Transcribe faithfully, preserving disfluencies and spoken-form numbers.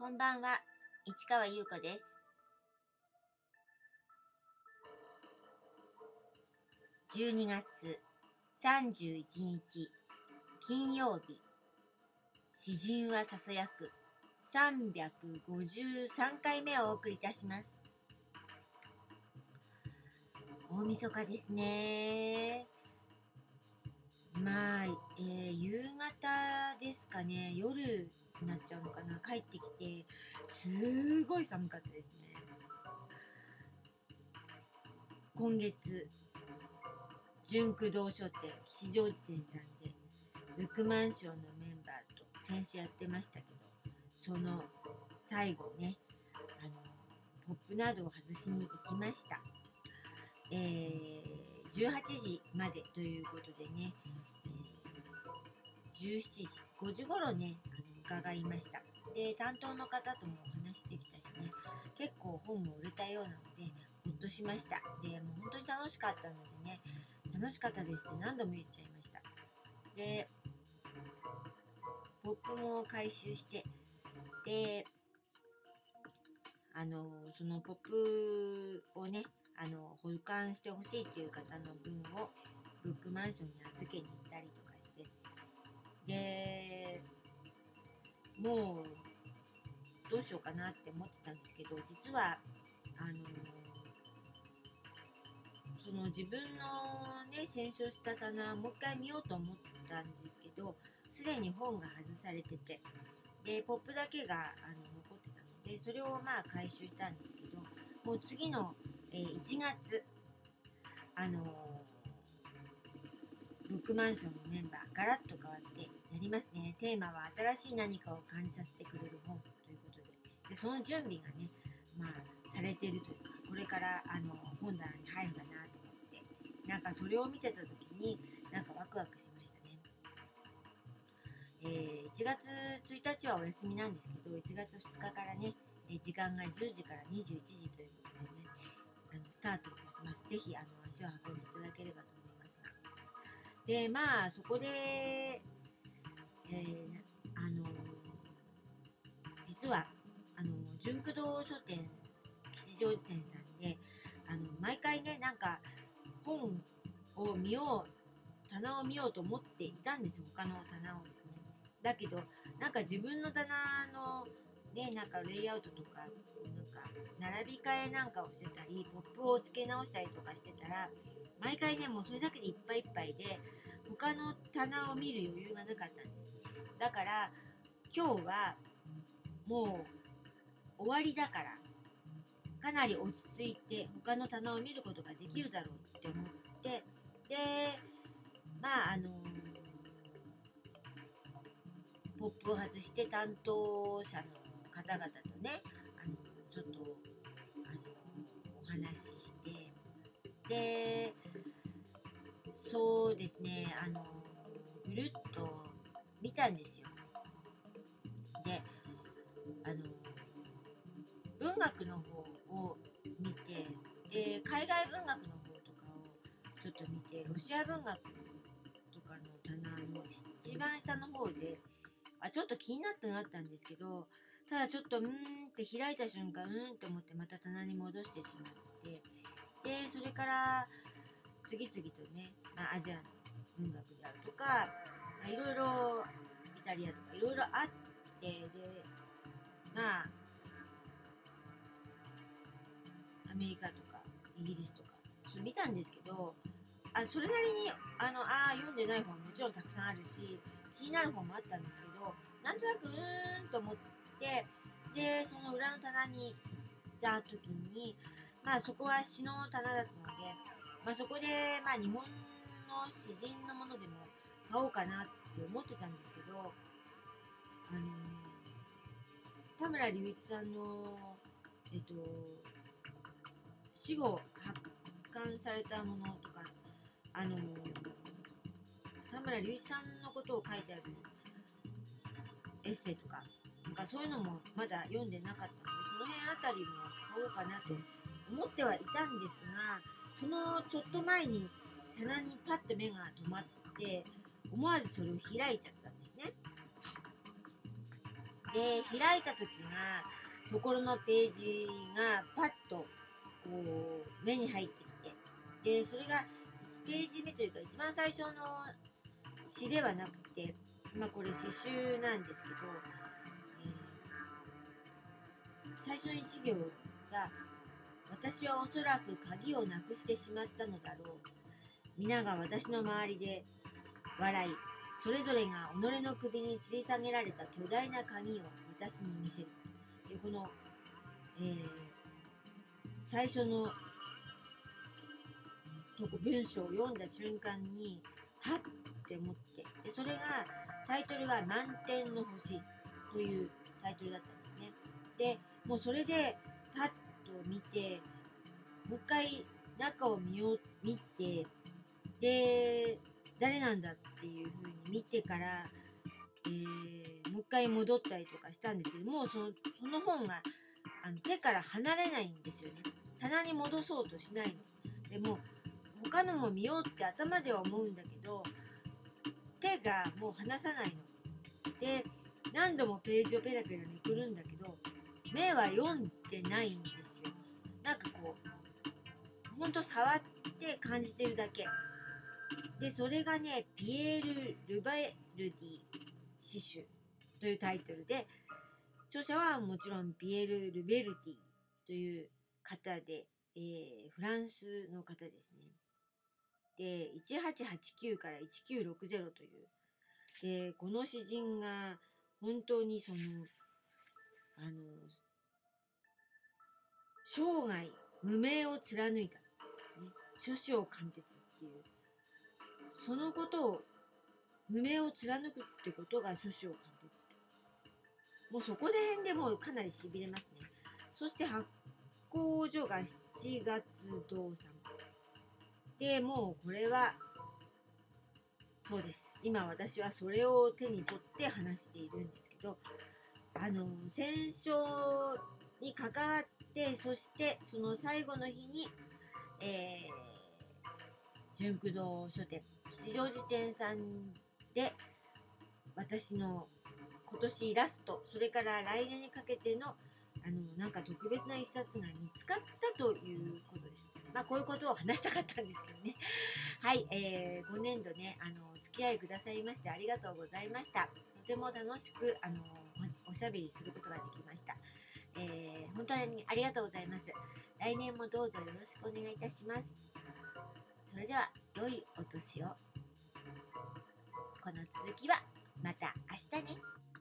こんばんは、市川優子です。じゅうにがつさんじゅういちにち金曜日、詩人はささやくさんびゃくごじゅうさんかいめをお送りいたします。大晦日ですね。まあ、えー、夕方ですかね、夜になっちゃうのかな。帰ってきてすごい寒かったですね。今月純駆動書店吉祥寺店さんでブックマンションのメンバーと先週やってましたけど、その最後ね、あのポップなどを外しに行きました。えー、じゅうはちじまでということでね、えー、じゅうしちじごじ頃ねあの伺いました。で、担当の方ともお話できたしね、結構本も売れたようなのでほっとしました。で、もう本当に楽しかったのでね、楽しかったですって何度も言っちゃいました。で、ポップも回収して、で、あのそのポップをね、あの保管してほしいっていう方の分をブックマンションに預けに行ったりとかして、で、もうどうしようかなって思ってたんですけど、実はあのその自分のね選書した棚もう一回見ようと思ったんですけど、すでに本が外されてて、でポップだけがあの残ってたので、それをまあ回収したんですけど、もう次の、えー、いちがつあのー、ブックマンションのメンバーガラッと変わってやりますね。テーマは新しい何かを感じさせてくれる本ということで、でその準備がね、まあされているというか、これからあの本棚に入るかなと思って、なんかそれを見てた時になんかワクワクしましたね。えー、いちがつついたちはお休みなんですけど、いちがつふつかからね、えー、時間がじゅうじからにじゅういちじということでね、あのスタートいたします。ぜひあの足を運んでいただければと思いますが、でまあそこで、えー、あの実はあの純駆動書店吉祥寺店さんであの毎回ね、なんか本を見よう棚を見ようと思っていたんですよ、他の棚をですね。だけどなんか自分の棚のね、なんかレイアウトとかなんか並び替えなんかをしてたり、ポップを付け直したりとかしてたら、毎回ねもうそれだけでいっぱいいっぱいで他の棚を見る余裕がなかったんです。だから今日はもう終わりだから、かなり落ち着いて他の棚を見ることができるだろうって思って、でまああのポップを外して担当者の方々とね、あのちょっとあのお話しして、でそうですね、あのぐるっと見たんですよ。であの文学の方を見て、で海外文学の方とかをちょっと見て、ロシア文学とかの棚の一番下の方であちょっと気になったのあったんですけど、ただちょっとうーんって開いた瞬間うーんって思ってまた棚に戻してしまって、でそれから次々とね、まあ、アジアの文学であるとか、まあ、いろいろイタリアとかいろいろあって、でまあアメリカとかイギリスとか見たんですけど、あそれなりにあのあ読んでない本ももちろんたくさんあるし、気になる本もあったんですけど、なんとなくうーんと思って、でその裏の棚に行った時に、まあそこは詩の棚だったので、まあ、そこでまあ日本の詩人のものでも買おうかなって思ってたんですけど、あの田村隆一さんのえっと死後発刊されたものとか、あの田村隆一さんのことを書いてあるエッセイとか、なんかそういうのもまだ読んでなかったので、その辺あたりも買おうかなと思ってはいたんですが、そのちょっと前に棚にパッと目が止まって、思わずそれを開いちゃったんですね。 で開いた時がところのページがパッとこう目に入ってきて、でそれがいちページ目というか一番最初の詩ではなくて、まあこれ詩集なんですけど、えー、最初の一行が私はおそらく鍵をなくしてしまったのだろう。皆が私の周りで笑い、それぞれが己の首に吊り下げられた巨大な鍵を私に見せる。でこの、えー、最初の文章を読んだ瞬間にはっって思って、でそれがタイトルが満天の星というタイトルだったんですね。でもうそれでパッと見て、もう一回中を見よう見て、で誰なんだっていう風に見てから、えー、もう一回戻ったりとかしたんですけど、もうそのその本があの手から離れないんですよね。棚に戻そうとしないの。でも他のも見ようって頭では思うんだけど、手がもう離さないので、何度もページをペラペラめくるんだけど、目は読んでないんですよ。なんかこうほんと触って感じてるだけで、それがねピエール・ルバエルディ詩集というタイトルで、著者はもちろんピエール・ルベルディという方で、えー、フランスの方ですね。でいちはちはちきゅうからいちきゅうろくゼロという、でこの詩人が本当にそのあの生涯無名を貫いた、ね、諸子を貫徹っていう、そのことを無名を貫くってことが諸子を貫徹、もうそこで辺でもうかなりしびれますね。そして発行所がしちがつ堂さんで、もうこれはそうです、今私はそれを手に取って話しているんですけど、あの戦勝に関わって、そしてその最後の日に、えー、純駆動書店吉祥寺店さんで私の今年ラスト、それから来年にかけてのあのなんか特別な一冊が見つかったということです。まあこういうことを話したかったんですけどね。はい、えー、ごねんどね、あのお付き合いくださいましてありがとうございました。とても楽しくあのおしゃべりすることができました。えー、本当にありがとうございます。来年もどうぞよろしくお願いいたします。それでは良いお年を。この続きはまた明日ね。